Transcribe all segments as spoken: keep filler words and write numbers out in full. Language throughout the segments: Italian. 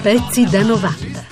Pezzi da novanta.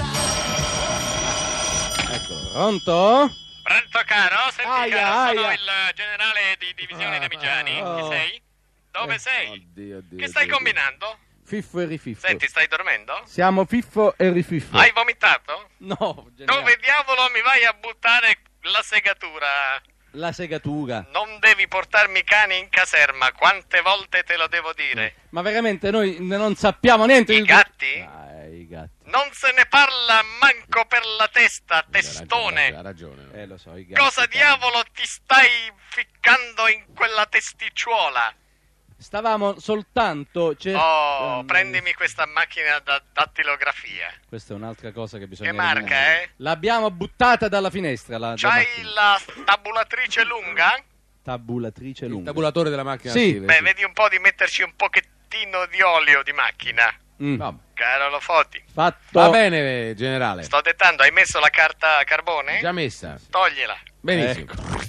Ecco, pronto? Pronto caro? Senti Aia, caro, sono aia. il generale di divisione Damigiani. Oh. Chi sei? Dove Eh, sei? Oddio, oddio, Che stai oddio. combinando? Fiffo e rififfo. Senti, stai dormendo? Siamo Fiffo e rififfo. Hai vomitato? No, generale. Dove diavolo mi vai a buttare la segatura? La segatura. Non devi portarmi i cani in caserma, quante volte te lo devo dire? Ma veramente noi non sappiamo niente. I di- gatti? Ah, i gatti. Non se ne parla manco per la testa, Ha testone. ragione. Eh, lo so, i gatti. Cosa diavolo ti stai ficcando in quella testicciuola? Stavamo soltanto... cer- Oh, ehm, prendimi questa macchina da dattilografia. Questa è un'altra cosa che bisogna Che marca, eliminare. eh? L'abbiamo buttata dalla finestra. La, la C'hai macchina. la tabulatrice lunga? Tabulatrice Il lunga. tabulatore della macchina. Sì. scrive, Beh, vedi un po' di metterci un pochettino di olio di macchina. Mm. Vabbè. Caro Lo Foti, Fatto. Va bene, generale. sto dettando, hai messo la carta carbone? Già messa. Togliela. Benissimo.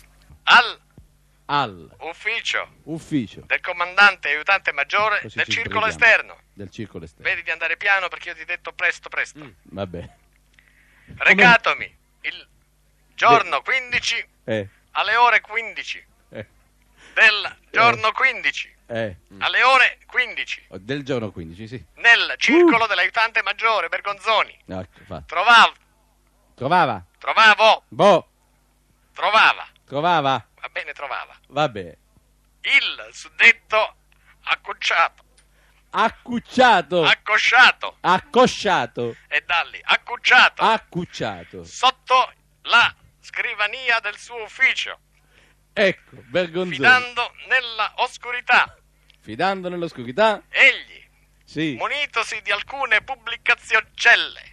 Al Al ufficio ufficio del comandante e aiutante maggiore Così del ci circolo sbrighiamo. esterno. del circolo esterno. Vedi di andare piano perché io ti ho detto presto, presto. Mm. Vabbè. Recatomi il giorno quindici Eh, alle ore quindici eh, del giorno quindici eh. alle ore quindici Oh, Del giorno quindici, sì. nel circolo dell'aiutante maggiore Bergonzoni. No, ecco, fatto. Trovavo, Trovava? trovavo, Boh, trovava, trovava. va bene, trovava Vabbè. il suddetto accucciato, Accucciato. accosciato Accosciato. e dalli accucciato Accucciato. sotto la scrivania del suo ufficio, Ecco, Bergonzoni. fidando nella oscurità. Fidando nell'oscurità. Egli, Sì. munitosi di alcune pubblicazioncelle,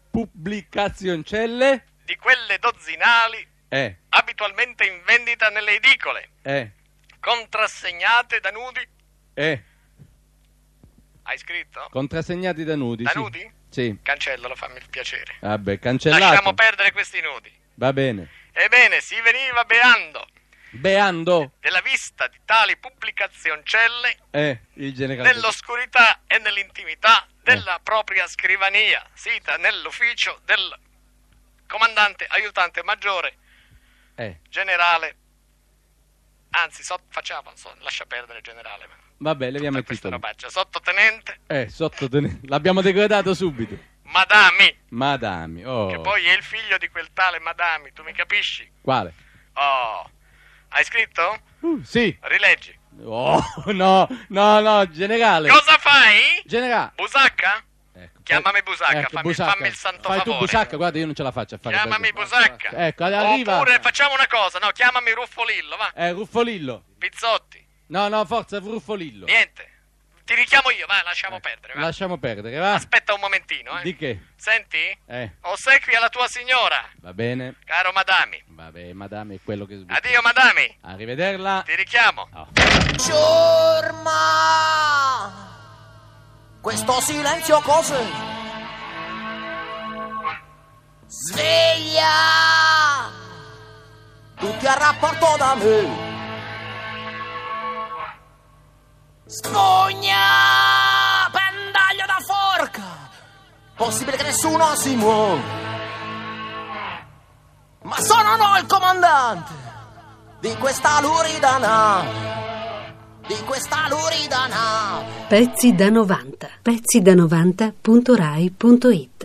Pubblicazioncelle. di quelle dozzinali Eh, abitualmente in vendita nelle edicole, eh, contrassegnate da nudi. eh. Hai scritto? Contrassegnati da nudi. Da sì. nudi? Sì. Cancellalo, fammi il piacere. Vabbè, cancellato. Lasciamo perdere questi nudi. Va bene. Ebbene, si veniva beando Beando. della vista di tali pubblicazioncelle Eh, il generale. nell'oscurità e nell'intimità della propria scrivania, sita nell'ufficio del comandante aiutante maggiore Eh, generale. Anzi, so, facciamo, so, lascia perdere generale. vabbè, leviamo il Questa titolo. robaccia. Sottotenente, Eh, sottotenente. L'abbiamo degradato subito. Madami, Madami. Oh. che poi è il figlio di quel tale Madami, tu mi capisci? Quale? Oh, hai scritto? Uh, sì. Rileggi. Oh, no, no, no, generale. Cosa fai? Generale. Busacca? Ecco, Chiamami Busacca, ecco, fammi, Busacca. fammi il santo Fai favore. tu Busacca, guarda, io non ce la faccio a fare. Chiamami Bergo. Busacca. Ecco, arriva. Oppure facciamo una cosa, no, chiamami Ruffolillo, va. Eh, Ruffolillo. Pizzotti. No, no, forza, Ruffolillo. Niente. Ti richiamo io, va, lasciamo perdere, va. Lasciamo perdere, va? Aspetta un momentino, eh. Di che? Senti? Eh, Ossequi alla tua signora, va bene. caro Madami. Vabbè, madame, è quello che... Addio, Madami. Arrivederla. Ti richiamo. Oh. Ciurma! Questo silenzio cos'è? Sveglia! Tutti a rapporto da me! Spugna! Pendaglio da forca! Possibile che nessuno si muove! Ma sono no il comandante di questa lurida nave! Di questa lurida nave. Pezzi da novanta. Pezzi da novanta punto rai punto it